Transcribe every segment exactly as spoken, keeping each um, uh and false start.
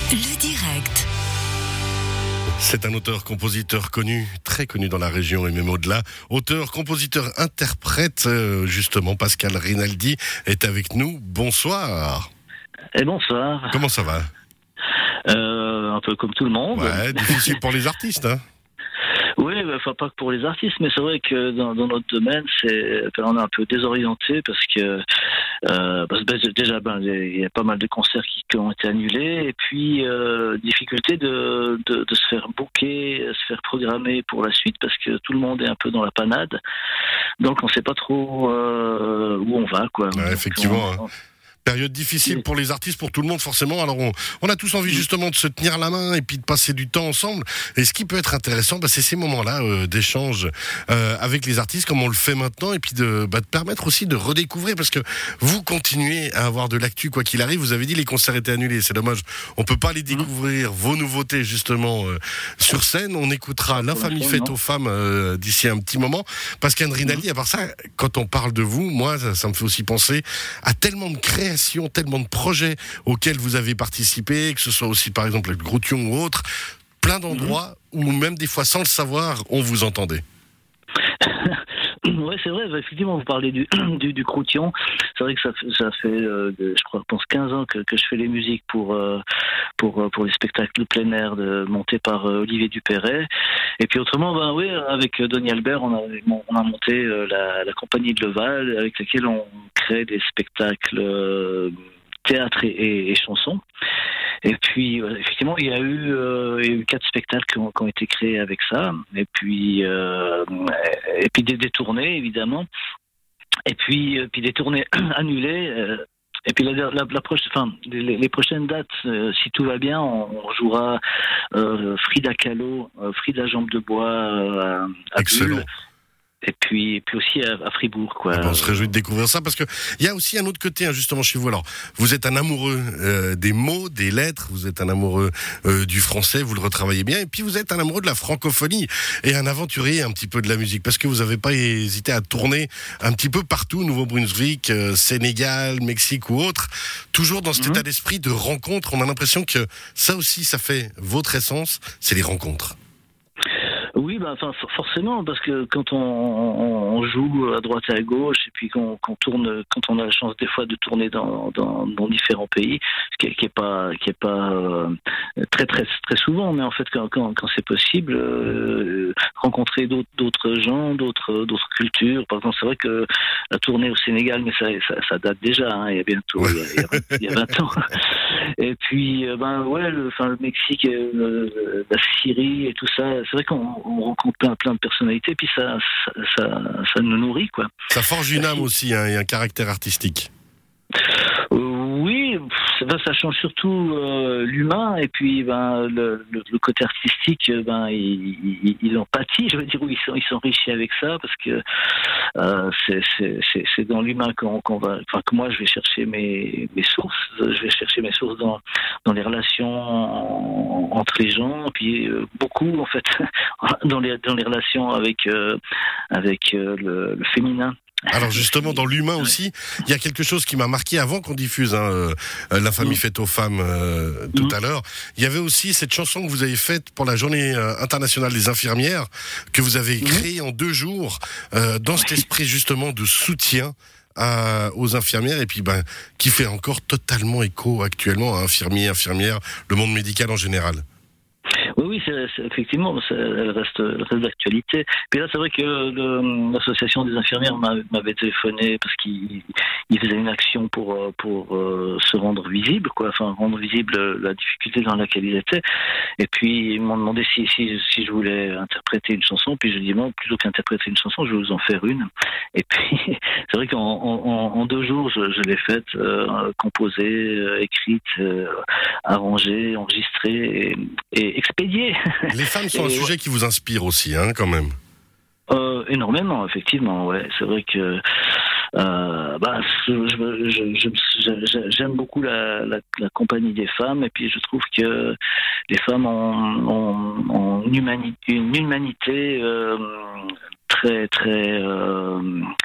Le direct. C'est un auteur-compositeur connu, très connu dans la région et même au-delà. Auteur, compositeur, interprète, euh, justement, Pascal Rinaldi est avec nous. Bonsoir. Et bonsoir. Comment ça va ? euh, Un peu comme tout le monde. Ouais, difficile pour les artistes, hein. Oui, enfin pas que pour les artistes, mais c'est vrai que dans, dans notre domaine, c'est, on est un peu désorienté parce que, euh, parce que déjà, ben, il y a pas mal de concerts qui, qui ont été annulés, et puis euh, difficulté de, de, de se faire booker, se faire programmer pour la suite, parce que tout le monde est un peu dans la panade, donc on sait pas trop euh, où on va, quoi. Ouais, effectivement. On, on, Période difficile pour les artistes, pour tout le monde forcément. Alors on, on a tous envie justement de se tenir la main et puis de passer du temps ensemble. Et ce qui peut être intéressant, bah, c'est ces moments-là euh, d'échange euh, avec les artistes, comme on le fait maintenant, et puis de, bah, de permettre aussi de redécouvrir, parce que vous continuez à avoir de l'actu quoi qu'il arrive. Vous avez dit les concerts étaient annulés, c'est dommage. On peut pas les découvrir, vos nouveautés justement euh, sur scène. On écoutera L'Infamie faite aux femmes euh, d'ici un petit moment. Pascal Rinaldi, à part ça, quand on parle de vous, moi ça, ça me fait aussi penser à tellement de créations, tellement de projets auxquels vous avez participé, que ce soit aussi par exemple le Groution ou autre, plein d'endroits mmh. où même des fois sans le savoir, on vous entendait. Ouais, c'est vrai, effectivement, vous parlez du, du, du Croutillon. C'est vrai que ça, ça fait, euh, je crois, je pense quinze ans que, que je fais les musiques pour, euh, pour, pour les spectacles de plein air de, montés par euh, Olivier Dupéret. Et puis autrement, ben oui, avec Donny Albert, on a, on a monté euh, la, la compagnie de Leval, avec laquelle on crée des spectacles euh, théâtre et, et, et chansons. Et puis, euh, effectivement, il y a eu, euh, il y a eu quatre spectacles qui ont, qui ont été créés avec ça. Et puis, euh, et puis des, des tournées, évidemment. Et puis, euh, puis des tournées annulées. Euh, et puis, la, la, la prochaine, enfin, les, les prochaines dates, euh, si tout va bien, on, on jouera euh, Frida Kahlo, euh, Frida Jambe de Bois euh, à Excellent. Bulle. Et puis, et puis aussi à, à Fribourg, quoi. Ah ben on se réjouit de découvrir ça, parce que il y a aussi un autre côté, hein, justement, chez vous. Alors, vous êtes un amoureux euh, des mots, des lettres, vous êtes un amoureux euh, du français, vous le retravaillez bien, et puis vous êtes un amoureux de la francophonie et un aventurier un petit peu de la musique, parce que vous n'avez pas hésité à tourner un petit peu partout, Nouveau-Brunswick, euh, Sénégal, Mexique ou autre, toujours dans cet mmh. état d'esprit de rencontre. On a l'impression que ça aussi, ça fait votre essence, c'est les rencontres. Oui, bah, enfin, forcément, parce que quand on, on, on joue à droite et à gauche, et puis qu'on, qu'on tourne, quand on a la chance des fois de tourner dans, dans, dans différents pays, ce qui est, qui est pas, qui est pas euh, très très très souvent, mais en fait quand, quand, quand c'est possible, euh, rencontrer d'autres, d'autres gens, d'autres, d'autres cultures. Par exemple, c'est vrai que la tournée au Sénégal, mais ça, ça, ça date déjà, hein, il y a bientôt, ouais. il, y a, il y a vingt ans. Et puis, ben ouais, le, enfin, le Mexique, euh, la Syrie et tout ça, c'est vrai qu'on on rencontre plein, plein de personnalités, puis ça, ça, ça, ça nous nourrit, quoi. Ça forge une âme aussi, hein, et un caractère artistique. Euh, oui, ça, ça change surtout euh, l'humain, et puis ben le, le, le côté artistique, ben il, il, il en pâtit, je veux dire, où ils sont, ils s'enrichissent avec ça, parce que euh, c'est, c'est, c'est, c'est dans l'humain qu'on, qu'on va, enfin que moi je vais chercher mes, mes sources, je vais chercher mes sources dans dans les relations entre les gens, puis euh, beaucoup en fait dans les dans les relations avec euh, avec euh, le, le féminin. Alors justement, dans l'humain aussi, il y a quelque chose qui m'a marqué avant qu'on diffuse hein, euh, L'Infamie mmh. faite aux femmes euh, tout mmh. à l'heure. Il y avait aussi cette chanson que vous avez faite pour la journée euh, internationale des infirmières, que vous avez créée mmh. en deux jours, euh, dans cet esprit justement de soutien à, aux infirmières, et puis ben, qui fait encore totalement écho actuellement à infirmiers, infirmières, le monde médical en général. Oui, oui, c'est, c'est, effectivement, c'est, elle reste, elle reste d'actualité. Puis là, c'est vrai que le, l'association des infirmières m'avait téléphoné parce qu'ils ils faisaient une action pour pour euh, se rendre visible, quoi, enfin rendre visible la difficulté dans laquelle ils étaient. Et puis ils m'ont demandé si si si je voulais interpréter une chanson. Puis je dis bon, plutôt qu'interpréter une chanson, je vais vous en faire une. Et puis c'est vrai qu'en en, en deux jours, je, je l'ai faite, euh, composée, euh, écrite, euh, arrangée, enregistrée et, et expédiée. Les femmes sont et, un sujet qui vous inspire aussi, hein, quand même. Euh, énormément, effectivement, ouais. C'est vrai que euh, bah, je, je, je, je, j'aime beaucoup la, la, la compagnie des femmes, et puis je trouve que les femmes ont, ont, ont une humanité, une humanité euh, très très euh,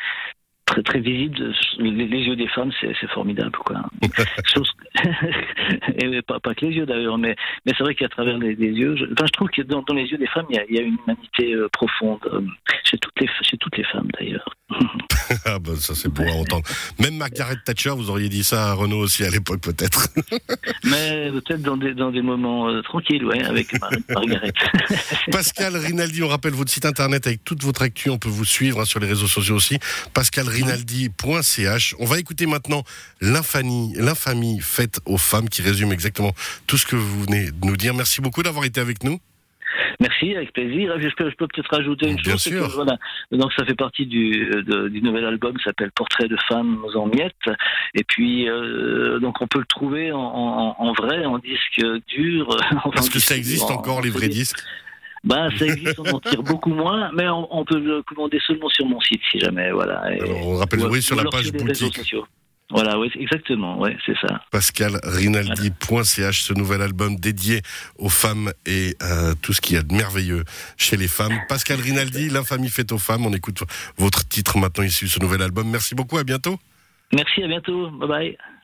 très très visible. Les, les yeux des femmes, c'est, c'est formidable, quoi. chose, et pas, pas que les yeux d'ailleurs, mais, mais c'est vrai qu'à travers les, les yeux, je, enfin, je trouve que dans, dans les yeux des femmes, il y a, il y a une humanité euh, profonde, euh, chez, toutes les, chez toutes les femmes d'ailleurs. Ah ben ça c'est beau à entendre. Même Margaret Thatcher, vous auriez dit ça à Renaud aussi à l'époque peut-être. Mais peut-être dans des, dans des moments euh, tranquilles, ouais, avec Mar- Margaret. Pascal Rinaldi, on rappelle votre site internet avec toute votre actu, on peut vous suivre hein, sur les réseaux sociaux aussi, pascal rinaldi point c h. On va écouter maintenant l'infamie, l'infamie faite aux femmes qui résume exactement tout ce que vous venez de nous dire. Merci beaucoup d'avoir été avec nous. Merci, avec plaisir. Je peux, je peux peut-être rajouter une Bien chose. sûr. C'est que, voilà, donc ça fait partie du, de, du nouvel album qui s'appelle Portrait de femmes en miettes. Et puis, euh, donc on peut le trouver en, en, en vrai, en disque dur. Parce que ça existe encore, les vrais disques. Bah, ça existe, on en tire beaucoup moins, mais on, on peut le commander seulement sur mon site, si jamais, voilà. Et, alors, on rappelle, oui, sur la page sur boutique. Voilà, oui, exactement, ouais, c'est ça. pascal rinaldi point c h, ce nouvel album dédié aux femmes et euh, tout ce qu'il y a de merveilleux chez les femmes. Pascal Rinaldi, l'infamie faite aux femmes. On écoute votre titre maintenant issu de ce nouvel album. Merci beaucoup, à bientôt. Merci, à bientôt, bye bye.